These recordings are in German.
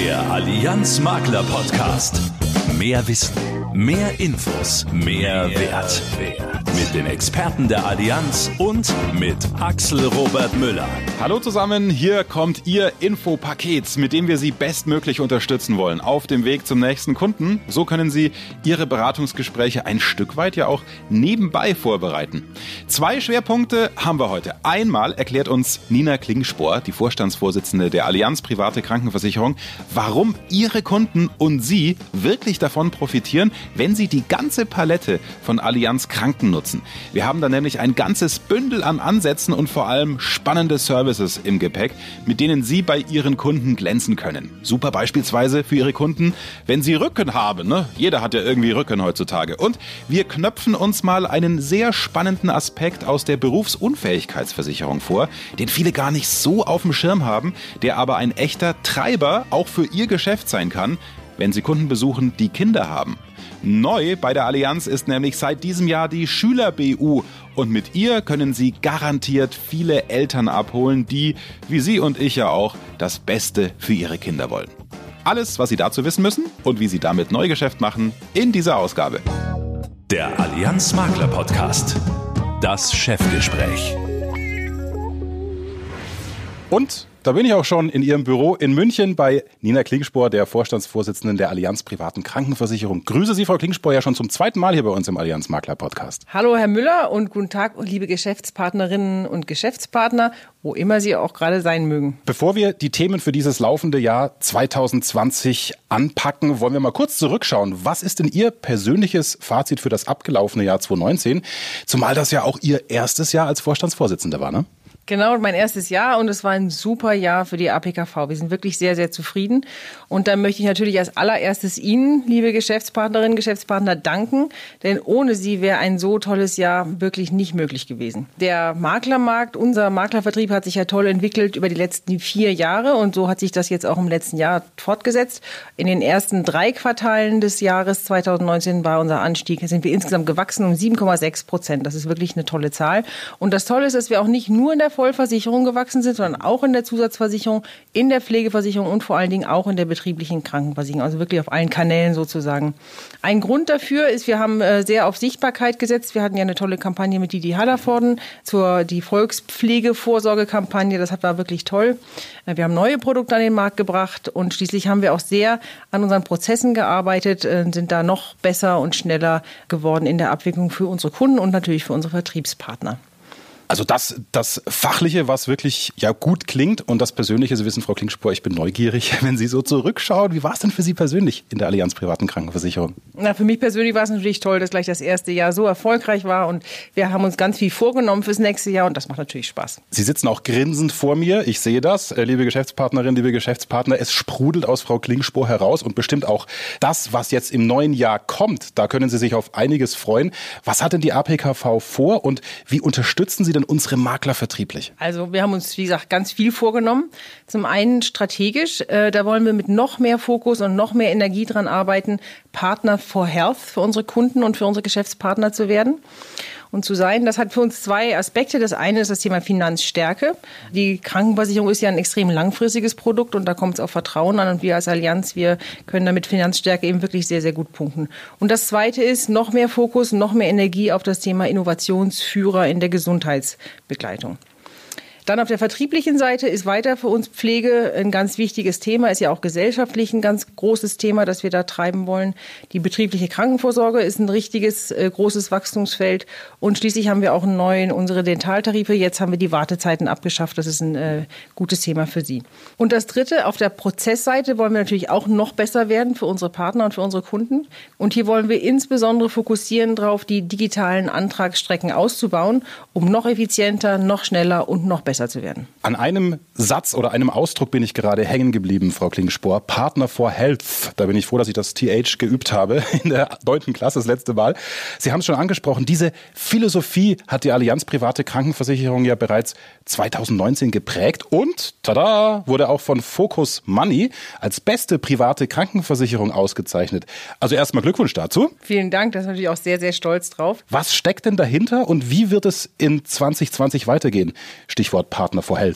Der Allianz Makler Podcast. Mehr Wissen, mehr Infos, mehr Wert. Mit den Experten der Allianz und mit Axel Robert Müller. Hallo zusammen, hier kommt Ihr Infopaket, mit dem wir Sie bestmöglich unterstützen wollen auf dem Weg zum nächsten Kunden. So können Sie Ihre Beratungsgespräche ein Stück weit ja auch nebenbei vorbereiten. 2 Schwerpunkte haben wir heute. Einmal erklärt uns Nina Klingspor, die Vorstandsvorsitzende der Allianz Private Krankenversicherung, warum Ihre Kunden und Sie wirklich davon profitieren, wenn Sie die ganze Palette von Allianz Kranken nutzen. Wir haben da nämlich ein ganzes Bündel an Ansätzen und vor allem spannende Services im Gepäck, mit denen Sie bei Ihren Kunden glänzen können. Super beispielsweise für Ihre Kunden, wenn Sie Rücken haben. Ne? Jeder hat ja irgendwie Rücken heutzutage. Und wir knöpfen uns mal einen sehr spannenden Aspekt aus der Berufsunfähigkeitsversicherung vor, den viele gar nicht so auf dem Schirm haben, der aber ein echter Treiber auch für Ihr Geschäft sein kann, wenn Sie Kunden besuchen, die Kinder haben. Neu bei der Allianz ist nämlich seit diesem Jahr die Schüler-BU und mit ihr können Sie garantiert viele Eltern abholen, die, wie Sie und ich ja auch, das Beste für ihre Kinder wollen. Alles, was Sie dazu wissen müssen und wie Sie damit Neugeschäft machen, in dieser Ausgabe. Der Allianz Makler Podcast. Das Chefgespräch. Und da bin ich auch schon in Ihrem Büro in München bei Nina Klingspor, der Vorstandsvorsitzenden der Allianz Privaten Krankenversicherung. Grüße Sie, Frau Klingspor, ja schon zum 2. Mal hier bei uns im Allianz Makler Podcast. Hallo, Herr Müller, und guten Tag, liebe Geschäftspartnerinnen und Geschäftspartner, wo immer Sie auch gerade sein mögen. Bevor wir die Themen für dieses laufende Jahr 2020 anpacken, wollen wir mal kurz zurückschauen. Was ist denn Ihr persönliches Fazit für das abgelaufene Jahr 2019? Zumal das ja auch Ihr erstes Jahr als Vorstandsvorsitzender war, ne? Genau, mein erstes Jahr, und es war ein super Jahr für die APKV. Wir sind wirklich sehr, sehr zufrieden. Und da möchte ich natürlich als allererstes Ihnen, liebe Geschäftspartnerinnen, Geschäftspartner, danken. Denn ohne Sie wäre ein so tolles Jahr wirklich nicht möglich gewesen. Der Maklermarkt, unser Maklervertrieb hat sich ja toll entwickelt über die letzten 4 Jahre. Und so hat sich das jetzt auch im letzten Jahr fortgesetzt. In den ersten 3 Quartalen des Jahres 2019 war unser Anstieg, sind wir insgesamt gewachsen um 7,6%. Das ist wirklich eine tolle Zahl. Und das Tolle ist, dass wir auch nicht nur in der Vollversicherung gewachsen sind, sondern auch in der Zusatzversicherung, in der Pflegeversicherung und vor allen Dingen auch in der betrieblichen Krankenversicherung, also wirklich auf allen Kanälen sozusagen. Ein Grund dafür ist, wir haben sehr auf Sichtbarkeit gesetzt. Wir hatten ja eine tolle Kampagne mit Didi Hallervorden die Volkspflegevorsorgekampagne. Das war wirklich toll. Wir haben neue Produkte an den Markt gebracht und schließlich haben wir auch sehr an unseren Prozessen gearbeitet, sind da noch besser und schneller geworden in der Abwicklung für unsere Kunden und natürlich für unsere Vertriebspartner. Also das Fachliche, was wirklich ja gut klingt, und das Persönliche, Sie wissen, Frau Klingspor, ich bin neugierig, wenn Sie so zurückschauen. Wie war es denn für Sie persönlich in der Allianz Privaten Krankenversicherung? Na, für mich persönlich war es natürlich toll, dass gleich das erste Jahr so erfolgreich war, und wir haben uns ganz viel vorgenommen fürs nächste Jahr, und das macht natürlich Spaß. Sie sitzen auch grinsend vor mir, ich sehe das, liebe Geschäftspartnerinnen, liebe Geschäftspartner, es sprudelt aus Frau Klingspor heraus und bestimmt auch das, was jetzt im neuen Jahr kommt, da können Sie sich auf einiges freuen. Was hat denn die APKV vor und wie unterstützen Sie denn unsere Makler vertrieblich? Also wir haben uns, wie gesagt, ganz viel vorgenommen. Zum einen strategisch, da wollen wir mit noch mehr Fokus und noch mehr Energie dran arbeiten, Partner for Health für unsere Kunden und für unsere Geschäftspartner zu werden und zu sein. Das hat für uns 2 Aspekte. Das eine ist das Thema Finanzstärke. Die Krankenversicherung ist ja ein extrem langfristiges Produkt, und da kommt es auf Vertrauen an, und wir als Allianz, wir können damit Finanzstärke eben wirklich sehr, sehr gut punkten. Und das zweite ist noch mehr Fokus, noch mehr Energie auf das Thema Innovationsführer in der Gesundheitsbegleitung. Dann auf der vertrieblichen Seite ist weiter für uns Pflege ein ganz wichtiges Thema, ist ja auch gesellschaftlich ein ganz großes Thema, das wir da treiben wollen. Die betriebliche Krankenvorsorge ist ein richtiges, großes Wachstumsfeld, und schließlich haben wir auch unsere Dentaltarife. Jetzt haben wir die Wartezeiten abgeschafft, das ist ein gutes Thema für Sie. Und das Dritte, auf der Prozessseite wollen wir natürlich auch noch besser werden für unsere Partner und für unsere Kunden. Und hier wollen wir insbesondere fokussieren darauf, die digitalen Antragsstrecken auszubauen, um noch effizienter, noch schneller und noch besser zu werden. An einem Satz oder einem Ausdruck bin ich gerade hängen geblieben, Frau Klingspor. Partner for Health. Da bin ich froh, dass ich das TH geübt habe in der 9. Klasse das letzte Mal. Sie haben es schon angesprochen. Diese Philosophie hat die Allianz Private Krankenversicherung ja bereits 2019 geprägt und, tada, wurde auch von Focus Money als beste private Krankenversicherung ausgezeichnet. Also erstmal Glückwunsch dazu. Vielen Dank, da sind wir natürlich auch sehr, sehr stolz drauf. Was steckt denn dahinter und wie wird es in 2020 weitergehen? Stichwort Partner for Health.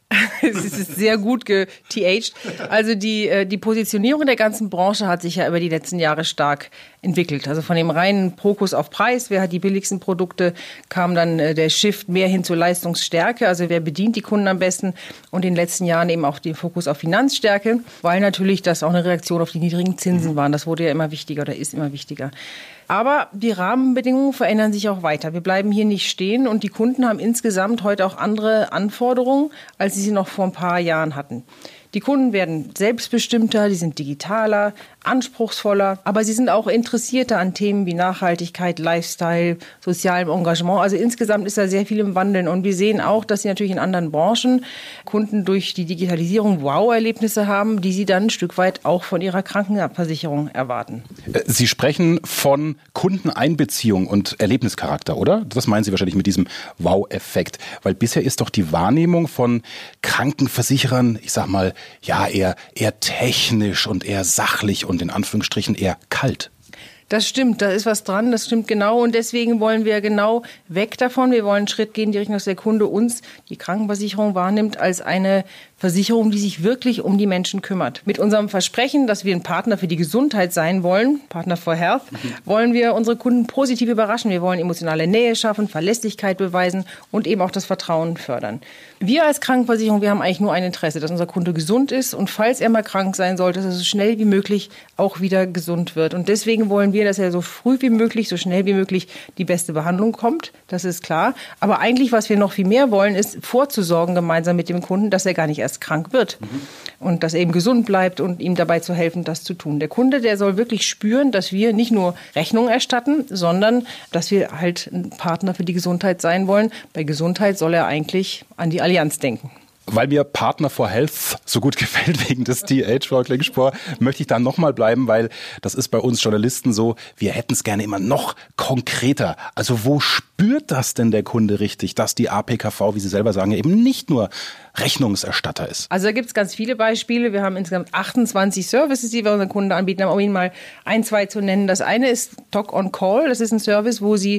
Es ist sehr gut ge-TH'd. Also die Positionierung der ganzen Branche hat sich ja über die letzten Jahre stark entwickelt. Also von dem reinen Fokus auf Preis, wer hat die billigsten Produkte, kam dann der Shift mehr hin zur Leistungsstärke. Also wer bedient die Kunden am besten, und in den letzten Jahren eben auch den Fokus auf Finanzstärke, weil natürlich das auch eine Reaktion auf die niedrigen Zinsen waren. Das wurde ja immer wichtiger oder ist immer wichtiger. Aber die Rahmenbedingungen verändern sich auch weiter. Wir bleiben hier nicht stehen und die Kunden haben insgesamt heute auch andere Anforderungen, als sie noch vor ein paar Jahren hatten. Die Kunden werden selbstbestimmter, die sind digitaler, anspruchsvoller, aber sie sind auch interessierter an Themen wie Nachhaltigkeit, Lifestyle, sozialem Engagement. Also insgesamt ist da sehr viel im Wandeln und wir sehen auch, dass sie natürlich in anderen Branchen Kunden durch die Digitalisierung Wow-Erlebnisse haben, die sie dann ein Stück weit auch von ihrer Krankenversicherung erwarten. Sie sprechen von Kundeneinbeziehung und Erlebnischarakter, oder? Das meinen Sie wahrscheinlich mit diesem Wow-Effekt, weil bisher ist doch die Wahrnehmung von Krankenversicherern, ich sag mal, ja, eher technisch und eher sachlich und in Anführungsstrichen eher kalt. Das stimmt, da ist was dran, das stimmt genau. Und deswegen wollen wir genau weg davon. Wir wollen einen Schritt gehen in die Richtung, dass der Kunde uns, die Krankenversicherung, wahrnimmt als eine Versicherung, die sich wirklich um die Menschen kümmert. Mit unserem Versprechen, dass wir ein Partner für die Gesundheit sein wollen, Partner for Health, wollen wir unsere Kunden positiv überraschen. Wir wollen emotionale Nähe schaffen, Verlässlichkeit beweisen und eben auch das Vertrauen fördern. Wir als Krankenversicherung, wir haben eigentlich nur ein Interesse, dass unser Kunde gesund ist und falls er mal krank sein sollte, dass er so schnell wie möglich auch wieder gesund wird. Und deswegen wollen wir, dass er so früh wie möglich, so schnell wie möglich die beste Behandlung kommt. Das ist klar. Aber eigentlich, was wir noch viel mehr wollen, ist vorzusorgen gemeinsam mit dem Kunden, dass er gar nicht erst krank wird und dass er eben gesund bleibt und ihm dabei zu helfen, das zu tun. Der Kunde, der soll wirklich spüren, dass wir nicht nur Rechnungen erstatten, sondern dass wir halt ein Partner für die Gesundheit sein wollen. Bei Gesundheit soll er eigentlich an die Allianz denken. Weil mir Partner for Health so gut gefällt wegen des TH, Frau Klingspor, möchte ich da nochmal bleiben, weil das ist bei uns Journalisten so, wir hätten es gerne immer noch konkreter. Also wo spürt das denn der Kunde richtig, dass die APKV, wie Sie selber sagen, eben nicht nur Rechnungserstatter ist? Also da gibt es ganz viele Beispiele. Wir haben insgesamt 28 Services, die wir unseren Kunden anbieten, um Ihnen mal ein, zwei zu nennen. Das eine ist Doc on Call. Das ist ein Service, wo Sie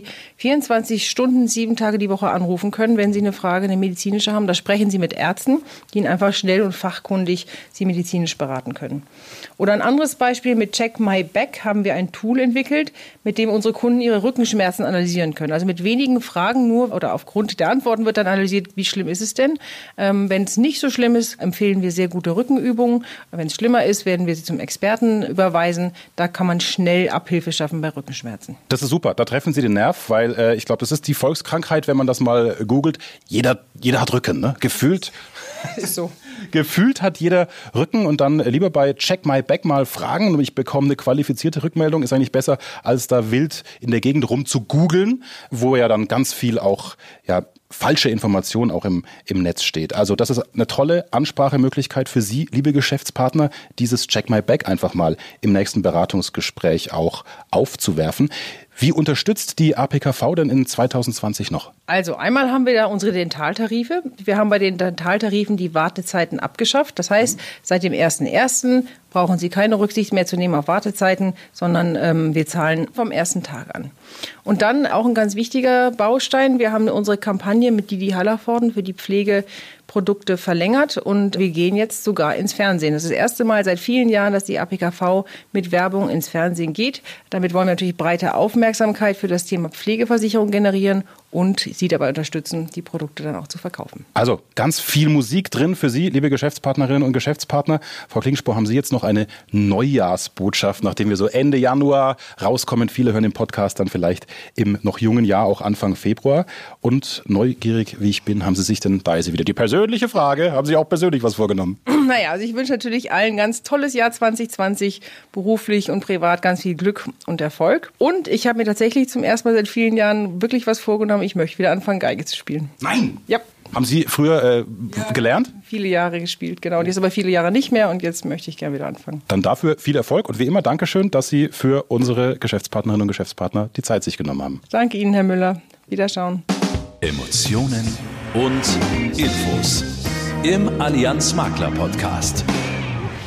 24 Stunden, 7 Tage die Woche anrufen können, wenn Sie eine Frage, eine medizinische haben. Da sprechen Sie mit Ärzten, die Ihnen einfach schnell und fachkundig Sie medizinisch beraten können. Oder ein anderes Beispiel, mit Check My Back haben wir ein Tool entwickelt, mit dem unsere Kunden ihre Rückenschmerzen analysieren können. Also mit wenigen Fragen nur oder aufgrund der Antworten wird dann analysiert, wie schlimm ist es denn. Wenn es nicht so schlimm ist, empfehlen wir sehr gute Rückenübungen. Wenn es schlimmer ist, werden wir sie zum Experten überweisen. Da kann man schnell Abhilfe schaffen bei Rückenschmerzen. Das ist super. Da treffen Sie den Nerv, weil ich glaube, das ist die Volkskrankheit, wenn man das mal googelt. Jeder hat Rücken, ne? Gefühlt. Ist so. Gefühlt hat jeder Rücken und dann lieber bei Check My Back mal fragen und ich bekomme eine qualifizierte Rückmeldung, ist eigentlich besser, als da wild in der Gegend rum zu googeln, wo ja dann ganz viel auch falsche Informationen auch im Netz steht. Also das ist eine tolle Ansprachemöglichkeit für Sie, liebe Geschäftspartner, dieses Check My Back einfach mal im nächsten Beratungsgespräch auch aufzuwerfen. Wie unterstützt die APKV denn in 2020 noch? Also einmal haben wir da unsere Dentaltarife. Wir haben bei den Dentaltarifen die Wartezeiten abgeschafft. Das heißt, seit dem 01.01. brauchen Sie keine Rücksicht mehr zu nehmen auf Wartezeiten, sondern wir zahlen vom ersten Tag an. Und dann auch ein ganz wichtiger Baustein. Wir haben unsere Kampagne mit Didi Hallervorden für die Pflegeprodukte verlängert und wir gehen jetzt sogar ins Fernsehen. Das ist das erste Mal seit vielen Jahren, dass die APKV mit Werbung ins Fernsehen geht. Damit wollen wir natürlich breite Aufmerksamkeit für das Thema Pflegeversicherung generieren und Sie dabei unterstützen, die Produkte dann auch zu verkaufen. Also ganz viel Musik drin für Sie, liebe Geschäftspartnerinnen und Geschäftspartner. Frau Klingspor, haben Sie jetzt noch eine Neujahrsbotschaft, nachdem wir so Ende Januar rauskommen? Viele hören den Podcast dann vielleicht im noch jungen Jahr, auch Anfang Februar. Und neugierig wie ich bin, haben Sie sich denn, da ist sie wieder die persönliche Frage, haben Sie auch persönlich was vorgenommen? Naja, also ich wünsche natürlich allen ein ganz tolles Jahr 2020, beruflich und privat ganz viel Glück und Erfolg. Und ich habe mir tatsächlich zum ersten Mal seit vielen Jahren wirklich was vorgenommen. Ich möchte wieder anfangen, Geige zu spielen. Nein! Ja. Haben Sie früher gelernt? Viele Jahre gespielt, genau. Und jetzt aber viele Jahre nicht mehr und jetzt möchte ich gerne wieder anfangen. Dann dafür viel Erfolg und wie immer Dankeschön, dass Sie für unsere Geschäftspartnerinnen und Geschäftspartner die Zeit sich genommen haben. Danke Ihnen, Herr Müller. Wiederschauen. Emotionen und Infos im Allianz Makler Podcast.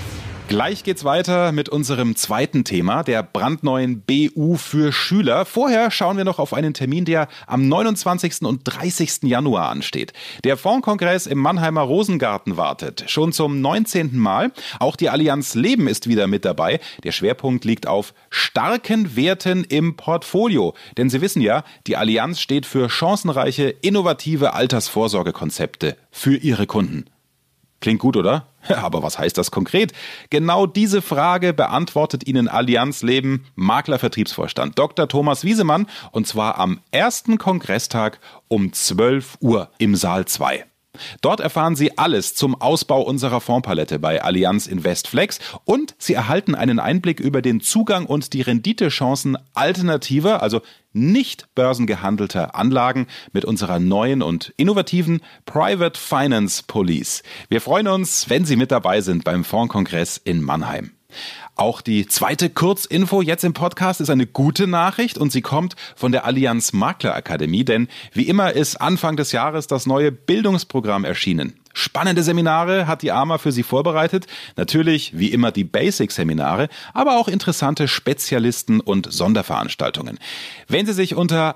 Gleich geht's weiter mit unserem zweiten Thema, der brandneuen BU für Schüler. Vorher schauen wir noch auf einen Termin, der am 29. und 30. Januar ansteht. Der Fondskongress im Mannheimer Rosengarten wartet. Schon zum 19. Mal. Auch die Allianz Leben ist wieder mit dabei. Der Schwerpunkt liegt auf starken Werten im Portfolio. Denn Sie wissen ja, die Allianz steht für chancenreiche, innovative Altersvorsorgekonzepte für ihre Kunden. Klingt gut, oder? Aber was heißt das konkret? Genau diese Frage beantwortet Ihnen Allianz Leben Maklervertriebsvorstand Dr. Thomas Wiesemann, und zwar am ersten Kongresstag um 12 Uhr im Saal 2. Dort erfahren Sie alles zum Ausbau unserer Fondspalette bei Allianz Investflex und Sie erhalten einen Einblick über den Zugang und die Renditechancen alternativer, also nicht börsengehandelter Anlagen mit unserer neuen und innovativen Private Finance Police. Wir freuen uns, wenn Sie mit dabei sind beim Fondskongress in Mannheim. Auch die zweite Kurzinfo jetzt im Podcast ist eine gute Nachricht und sie kommt von der Allianz Maklerakademie, denn wie immer ist Anfang des Jahres das neue Bildungsprogramm erschienen. Spannende Seminare hat die AMA für Sie vorbereitet, natürlich wie immer die Basic-Seminare, aber auch interessante Spezialisten und Sonderveranstaltungen. Wenn Sie sich unter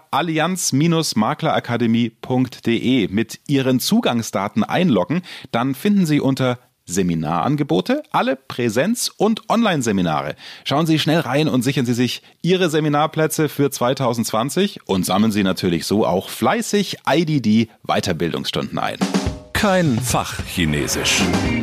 allianz-maklerakademie.de mit Ihren Zugangsdaten einloggen, dann finden Sie unter Seminarangebote alle Präsenz- und Online-Seminare. Schauen Sie schnell rein und sichern Sie sich Ihre Seminarplätze für 2020 und sammeln Sie natürlich so auch fleißig IDD-Weiterbildungsstunden ein. Kein Fachchinesisch.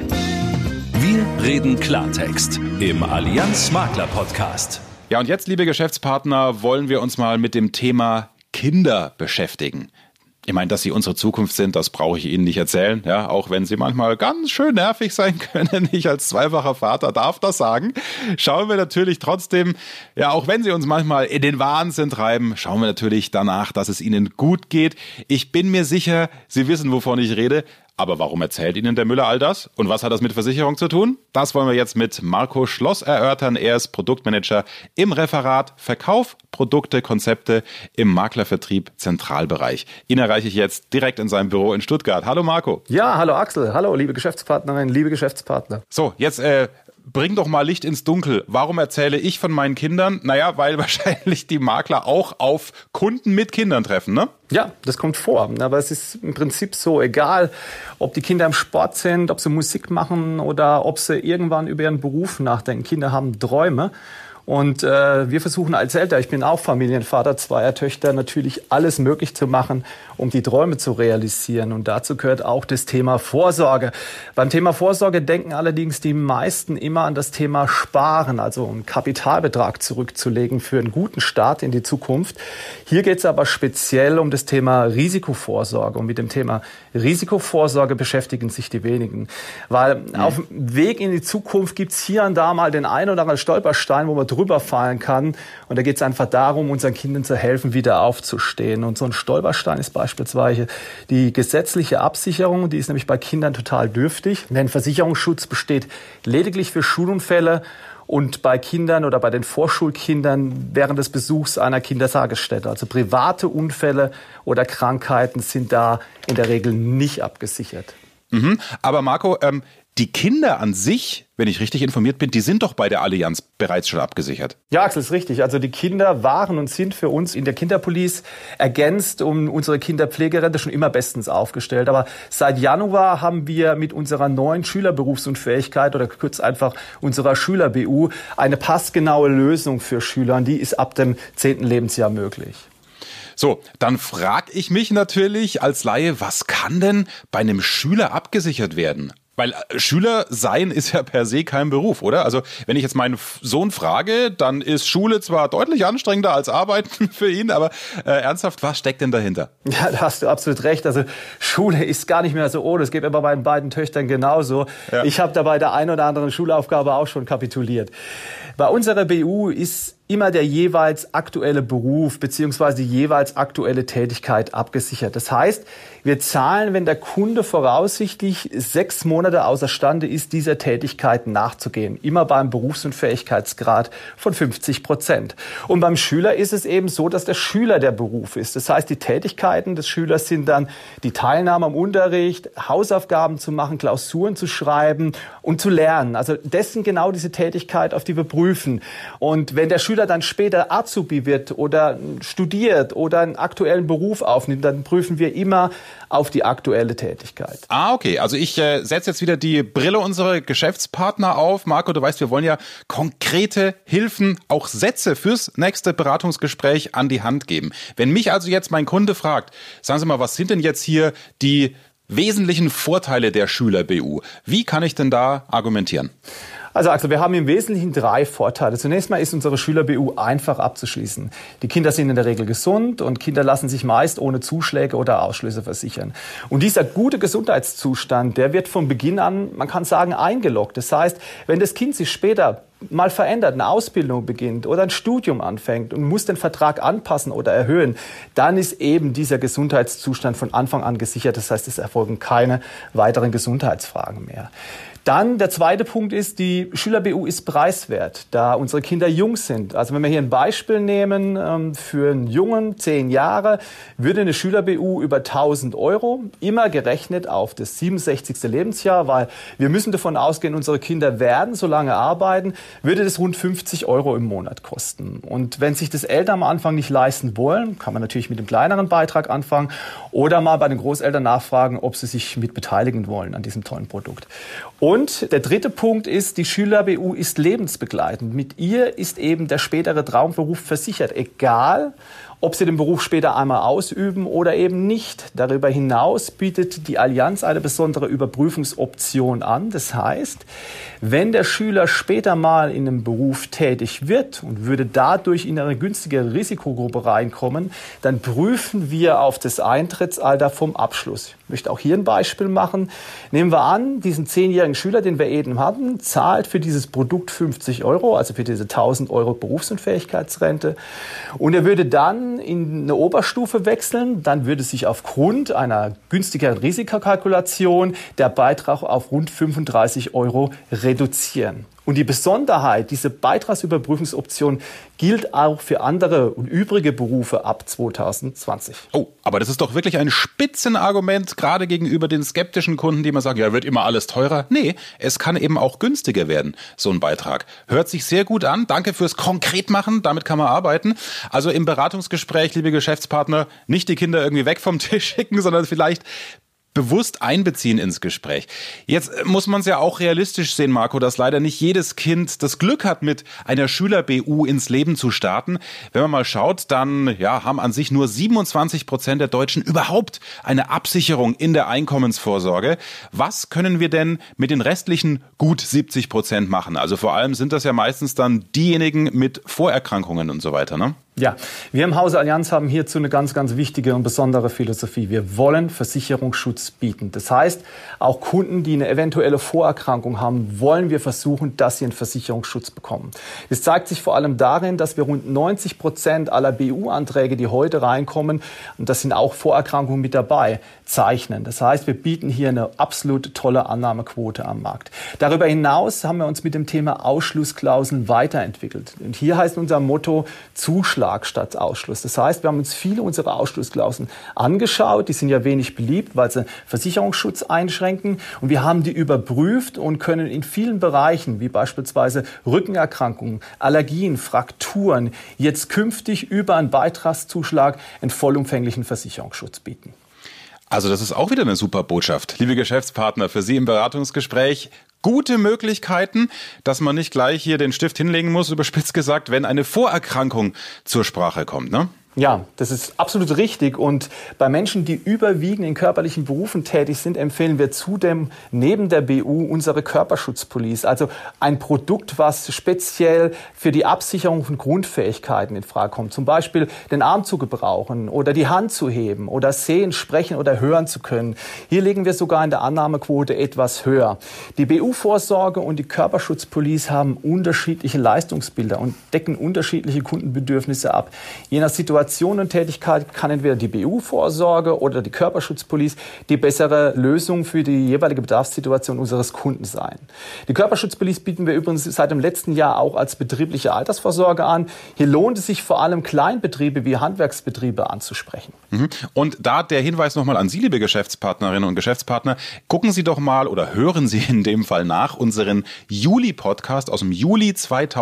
Wir reden Klartext im Allianz Makler Podcast. Ja, und jetzt, liebe Geschäftspartner, wollen wir uns mal mit dem Thema Kinder beschäftigen. Ich meine, dass sie unsere Zukunft sind, das brauche ich Ihnen nicht erzählen, ja, auch wenn sie manchmal ganz schön nervig sein können. Ich als zweifacher Vater darf das sagen. Schauen wir natürlich trotzdem, ja, auch wenn sie uns manchmal in den Wahnsinn treiben, schauen wir natürlich danach, dass es ihnen gut geht. Ich bin mir sicher, Sie wissen, wovon ich rede. Aber warum erzählt Ihnen der Müller all das? Und was hat das mit Versicherung zu tun? Das wollen wir jetzt mit Marco Schloss erörtern. Er ist Produktmanager im Referat Verkauf, Produkte, Konzepte im Maklervertrieb Zentralbereich. Ihn erreiche ich jetzt direkt in seinem Büro in Stuttgart. Hallo Marco. Ja, hallo Axel. Hallo liebe Geschäftspartnerin, liebe Geschäftspartner. So, jetzt bring doch mal Licht ins Dunkel. Warum erzähle ich von meinen Kindern? Naja, weil wahrscheinlich die Makler auch auf Kunden mit Kindern treffen, ne? Ja, das kommt vor. Aber es ist im Prinzip so, egal, ob die Kinder im Sport sind, ob sie Musik machen oder ob sie irgendwann über ihren Beruf nachdenken. Kinder haben Träume. Und wir versuchen als Eltern, ich bin auch Familienvater zweier Töchter, natürlich alles möglich zu machen, um die Träume zu realisieren. Und dazu gehört auch das Thema Vorsorge. Beim Thema Vorsorge denken allerdings die meisten immer an das Thema Sparen, also einen Kapitalbetrag zurückzulegen für einen guten Start in die Zukunft. Hier geht es aber speziell um das Thema Risikovorsorge. Und mit dem Thema Risikovorsorge beschäftigen sich die wenigen. Weil auf dem Weg in die Zukunft gibt es hier und da mal den einen oder anderen Stolperstein, wo man drüber fallen kann. Und da geht es einfach darum, unseren Kindern zu helfen, wieder aufzustehen. Und so ein Stolperstein ist beispielsweise die gesetzliche Absicherung. Die ist nämlich bei Kindern total dürftig. Denn Versicherungsschutz besteht lediglich für Schulunfälle und bei Kindern oder bei den Vorschulkindern während des Besuchs einer Kindertagesstätte. Also private Unfälle oder Krankheiten sind da in der Regel nicht abgesichert. Aber Marco, die Kinder an sich, wenn ich richtig informiert bin, die sind doch bei der Allianz bereits schon abgesichert. Ja, Axel, ist richtig. Also die Kinder waren und sind für uns in der Kinderpolice ergänzt um unsere Kinderpflegerente schon immer bestens aufgestellt. Aber seit Januar haben wir mit unserer neuen Schülerberufsunfähigkeit oder kurz einfach unserer Schüler-BU eine passgenaue Lösung für Schüler. Und die ist ab dem 10. Lebensjahr möglich. So, dann frage ich mich natürlich als Laie, was kann denn bei einem Schüler abgesichert werden? Weil Schüler sein ist ja per se kein Beruf, oder? Also wenn ich jetzt meinen Sohn frage, dann ist Schule zwar deutlich anstrengender als Arbeiten für ihn, aber ernsthaft, was steckt denn dahinter? Ja, da hast du absolut recht. Also Schule ist gar nicht mehr so ohne. Das geht mir bei meinen beiden Töchtern genauso. Ja. Ich habe da bei der einen oder anderen Schulaufgabe auch schon kapituliert. Bei unserer BU ist immer der jeweils aktuelle Beruf bzw. die jeweils aktuelle Tätigkeit abgesichert. Das heißt, wir zahlen, wenn der Kunde voraussichtlich 6 Monate außerstande ist, dieser Tätigkeit nachzugehen. Immer beim Berufsunfähigkeitsgrad von 50%. Und beim Schüler ist es eben so, dass der Schüler der Beruf ist. Das heißt, die Tätigkeiten des Schülers sind dann die Teilnahme am Unterricht, Hausaufgaben zu machen, Klausuren zu schreiben und zu lernen. Also das sind genau diese Tätigkeit, auf die wir prüfen. Und wenn der Schüler dann später Azubi wird oder studiert oder einen aktuellen Beruf aufnimmt, dann prüfen wir immer auf die aktuelle Tätigkeit. Okay. Also ich setze jetzt wieder die Brille unserer Geschäftspartner auf. Marco, du weißt, wir wollen ja konkrete Hilfen, auch Sätze fürs nächste Beratungsgespräch an die Hand geben. Wenn mich also jetzt mein Kunde fragt, sagen Sie mal, was sind denn jetzt hier die wesentlichen Vorteile der Schüler-BU? Wie kann ich denn da argumentieren? Also Axel, wir haben im Wesentlichen 3 Vorteile. Zunächst mal ist unsere Schüler-BU einfach abzuschließen. Die Kinder sind in der Regel gesund und Kinder lassen sich meist ohne Zuschläge oder Ausschlüsse versichern. Und dieser gute Gesundheitszustand, der wird von Beginn an, man kann sagen, eingeloggt. Das heißt, wenn das Kind sich später mal verändert, eine Ausbildung beginnt oder ein Studium anfängt und muss den Vertrag anpassen oder erhöhen, dann ist eben dieser Gesundheitszustand von Anfang an gesichert. Das heißt, es erfolgen keine weiteren Gesundheitsfragen mehr. Dann der zweite Punkt ist, die Schüler-BU ist preiswert, da unsere Kinder jung sind. Also wenn wir hier ein Beispiel nehmen, für einen Jungen, 10 Jahre, würde eine Schüler-BU über 1.000 €, immer gerechnet auf das 67. Lebensjahr, weil wir müssen davon ausgehen, unsere Kinder werden so lange arbeiten, würde das rund 50 € im Monat kosten. Und wenn sich das Eltern am Anfang nicht leisten wollen, kann man natürlich mit einem kleineren Beitrag anfangen oder mal bei den Großeltern nachfragen, ob sie sich mit beteiligen wollen an diesem tollen Produkt. Und der dritte Punkt ist, die Schüler-BU ist lebensbegleitend. Mit ihr ist eben der spätere Traumberuf versichert, egal ob Sie den Beruf später einmal ausüben oder eben nicht. Darüber hinaus bietet die Allianz eine besondere Überprüfungsoption an. Das heißt, wenn der Schüler später mal in einem Beruf tätig wird und würde dadurch in eine günstigere Risikogruppe reinkommen, dann prüfen wir auf das Eintrittsalter vom Abschluss. Ich möchte auch hier ein Beispiel machen. Nehmen wir an, diesen 10-jährigen Schüler, den wir eben hatten, zahlt für dieses Produkt 50 €, also für diese 1.000 € Berufsunfähigkeitsrente. Und er würde dann in eine Oberstufe wechseln, dann würde sich aufgrund einer günstigeren Risikokalkulation der Beitrag auf rund 35 € reduzieren. Und die Besonderheit, diese Beitragsüberprüfungsoption gilt auch für andere und übrige Berufe ab 2020. Oh, aber das ist doch wirklich ein Spitzenargument, gerade gegenüber den skeptischen Kunden, die immer sagen, ja, wird immer alles teurer. Nee, es kann eben auch günstiger werden, so ein Beitrag. Hört sich sehr gut an. Danke fürs Konkretmachen, damit kann man arbeiten. Also im Beratungsgespräch, liebe Geschäftspartner, nicht die Kinder irgendwie weg vom Tisch schicken, sondern vielleicht bewusst einbeziehen ins Gespräch. Jetzt muss man es ja auch realistisch sehen, Marco, dass leider nicht jedes Kind das Glück hat, mit einer Schüler-BU ins Leben zu starten. Wenn man mal schaut, dann haben an sich nur 27% der Deutschen überhaupt eine Absicherung in der Einkommensvorsorge. Was können wir denn mit den restlichen gut 70% machen? Also vor allem sind das ja meistens dann diejenigen mit Vorerkrankungen und so weiter, ne? Ja, wir im Hause Allianz haben hierzu eine ganz, ganz wichtige und besondere Philosophie. Wir wollen Versicherungsschutz bieten. Das heißt, auch Kunden, die eine eventuelle Vorerkrankung haben, wollen wir versuchen, dass sie einen Versicherungsschutz bekommen. Das zeigt sich vor allem darin, dass wir rund 90% aller BU-Anträge, die heute reinkommen, und das sind auch Vorerkrankungen mit dabei, zeichnen. Das heißt, wir bieten hier eine absolut tolle Annahmequote am Markt. Darüber hinaus haben wir uns mit dem Thema Ausschlussklauseln weiterentwickelt. Und hier heißt unser Motto Zuschlag statt Ausschluss. Das heißt, wir haben uns viele unserer Ausschlussklauseln angeschaut. Die sind ja wenig beliebt, weil sie Versicherungsschutz einschränken. Und wir haben die überprüft und können in vielen Bereichen, wie beispielsweise Rückenerkrankungen, Allergien, Frakturen, jetzt künftig über einen Beitragszuschlag einen vollumfänglichen Versicherungsschutz bieten. Also das ist auch wieder eine super Botschaft. Liebe Geschäftspartner, für Sie im Beratungsgespräch gute Möglichkeiten, dass man nicht gleich hier den Stift hinlegen muss, überspitzt gesagt, wenn eine Vorerkrankung zur Sprache kommt, ne? Ja, das ist absolut richtig. Und bei Menschen, die überwiegend in körperlichen Berufen tätig sind, empfehlen wir zudem neben der BU unsere Körperschutzpolice. Also ein Produkt, was speziell für die Absicherung von Grundfähigkeiten in Frage kommt. Zum Beispiel den Arm zu gebrauchen oder die Hand zu heben oder sehen, sprechen oder hören zu können. Hier liegen wir sogar in der Annahmequote etwas höher. Die BU-Vorsorge und die Körperschutzpolice haben unterschiedliche Leistungsbilder und decken unterschiedliche Kundenbedürfnisse ab. Je nach Situation und Tätigkeit kann entweder die BU-Vorsorge oder die Körperschutzpolice die bessere Lösung für die jeweilige Bedarfssituation unseres Kunden sein. Die Körperschutzpolice bieten wir übrigens seit dem letzten Jahr auch als betriebliche Altersvorsorge an. Hier lohnt es sich vor allem Kleinbetriebe wie Handwerksbetriebe anzusprechen. Und da der Hinweis nochmal an Sie, liebe Geschäftspartnerinnen und Geschäftspartner, gucken Sie doch mal oder hören Sie in dem Fall nach unseren Juli-Podcast aus dem Juli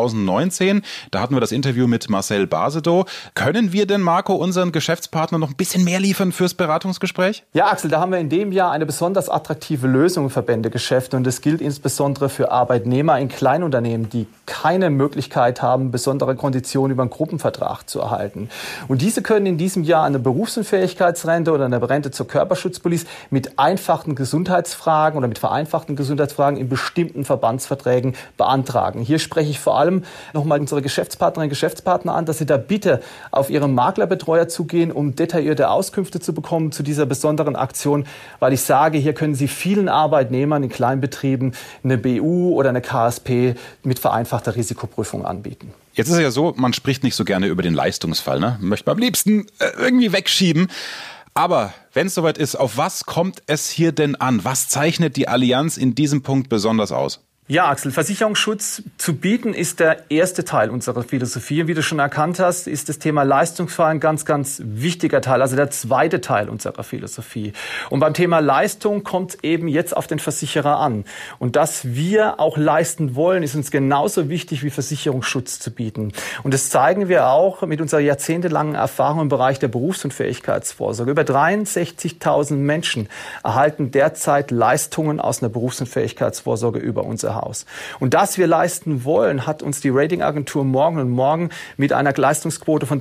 2019. Da hatten wir das Interview mit Marcel Basedow. Können wir denn, Marco, unseren Geschäftspartner noch ein bisschen mehr liefern fürs Beratungsgespräch? Ja, Axel, da haben wir in dem Jahr eine besonders attraktive Lösung im Verbändegeschäft und das gilt insbesondere für Arbeitnehmer in Kleinunternehmen, die keine Möglichkeit haben, besondere Konditionen über einen Gruppenvertrag zu erhalten. Und diese können in diesem Jahr eine Berufsunfähigkeitsrente oder eine Rente zur Körperschutzpolice mit einfachen Gesundheitsfragen oder mit vereinfachten Gesundheitsfragen in bestimmten Verbandsverträgen beantragen. Hier spreche ich vor allem nochmal unsere Geschäftspartnerinnen und Geschäftspartner an, dass sie da bitte auf ihren Maklerbetreuer zugehen, um detaillierte Auskünfte zu bekommen zu dieser besonderen Aktion, weil ich sage, hier können Sie vielen Arbeitnehmern in Kleinbetrieben eine BU oder eine KSP mit vereinfachter Risikoprüfung anbieten. Jetzt ist es ja so, man spricht nicht so gerne über den Leistungsfall, ne? Möchte man am liebsten irgendwie wegschieben. Aber wenn es soweit ist, auf was kommt es hier denn an? Was zeichnet die Allianz in diesem Punkt besonders aus? Ja, Axel, Versicherungsschutz zu bieten ist der erste Teil unserer Philosophie. Und wie du schon erkannt hast, ist das Thema Leistungsfall ein ganz, ganz wichtiger Teil, also der zweite Teil unserer Philosophie. Und beim Thema Leistung kommt es eben jetzt auf den Versicherer an. Und dass wir auch leisten wollen, ist uns genauso wichtig wie Versicherungsschutz zu bieten. Und das zeigen wir auch mit unserer jahrzehntelangen Erfahrung im Bereich der Berufsunfähigkeitsvorsorge. Über 63.000 Menschen erhalten derzeit Leistungen aus einer Berufsunfähigkeitsvorsorge über unser Haus. Und das wir leisten wollen, hat uns die Ratingagentur Morgen & Morgen mit einer Leistungsquote von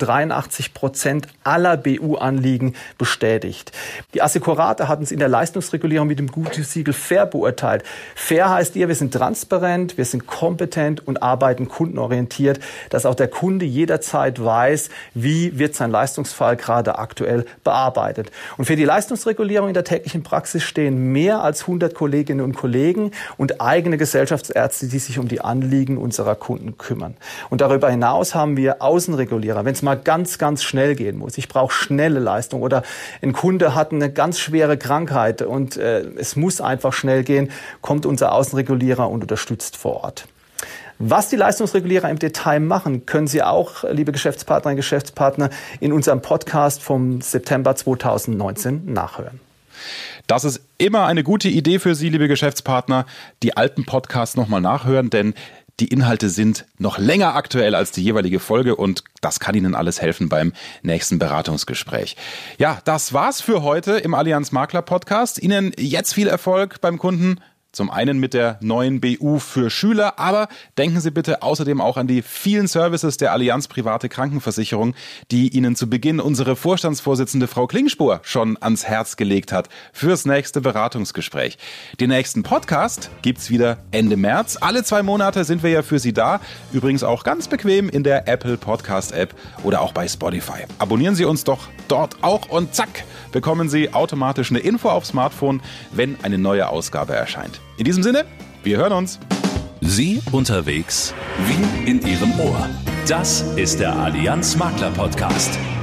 83% aller BU-Anliegen bestätigt. Die Assekurate hat uns in der Leistungsregulierung mit dem Gütesiegel fair beurteilt. Fair heißt wir sind transparent, wir sind kompetent und arbeiten kundenorientiert, dass auch der Kunde jederzeit weiß, wie wird sein Leistungsfall gerade aktuell bearbeitet. Und für die Leistungsregulierung in der täglichen Praxis stehen mehr als 100 Kolleginnen und Kollegen und eigene Gesellschaftsärzte, die sich um die Anliegen unserer Kunden kümmern. Und darüber hinaus haben wir Außenregulierer, wenn es mal ganz, ganz schnell gehen muss. Ich brauche schnelle Leistung oder ein Kunde hat eine ganz schwere Krankheit und es muss einfach schnell gehen, kommt unser Außenregulierer und unterstützt vor Ort. Was die Leistungsregulierer im Detail machen, können Sie auch, liebe Geschäftspartnerinnen und Geschäftspartner, in unserem Podcast vom September 2019 nachhören. Das ist immer eine gute Idee für Sie, liebe Geschäftspartner, die alten Podcasts nochmal nachhören, denn die Inhalte sind noch länger aktuell als die jeweilige Folge und das kann Ihnen alles helfen beim nächsten Beratungsgespräch. Ja, das war's für heute im Allianz Makler Podcast. Ihnen jetzt viel Erfolg beim Kunden. Zum einen mit der neuen BU für Schüler, aber denken Sie bitte außerdem auch an die vielen Services der Allianz Private Krankenversicherung, die Ihnen zu Beginn unsere Vorstandsvorsitzende Frau Klingspor schon ans Herz gelegt hat fürs nächste Beratungsgespräch. Den nächsten Podcast gibt's wieder Ende März. Alle 2 Monate sind wir ja für Sie da. Übrigens auch ganz bequem in der Apple Podcast App oder auch bei Spotify. Abonnieren Sie uns doch dort auch und zack, bekommen Sie automatisch eine Info aufs Smartphone, wenn eine neue Ausgabe erscheint. In diesem Sinne, wir hören uns. Sie unterwegs wie in Ihrem Ohr. Das ist der Allianz Makler Podcast.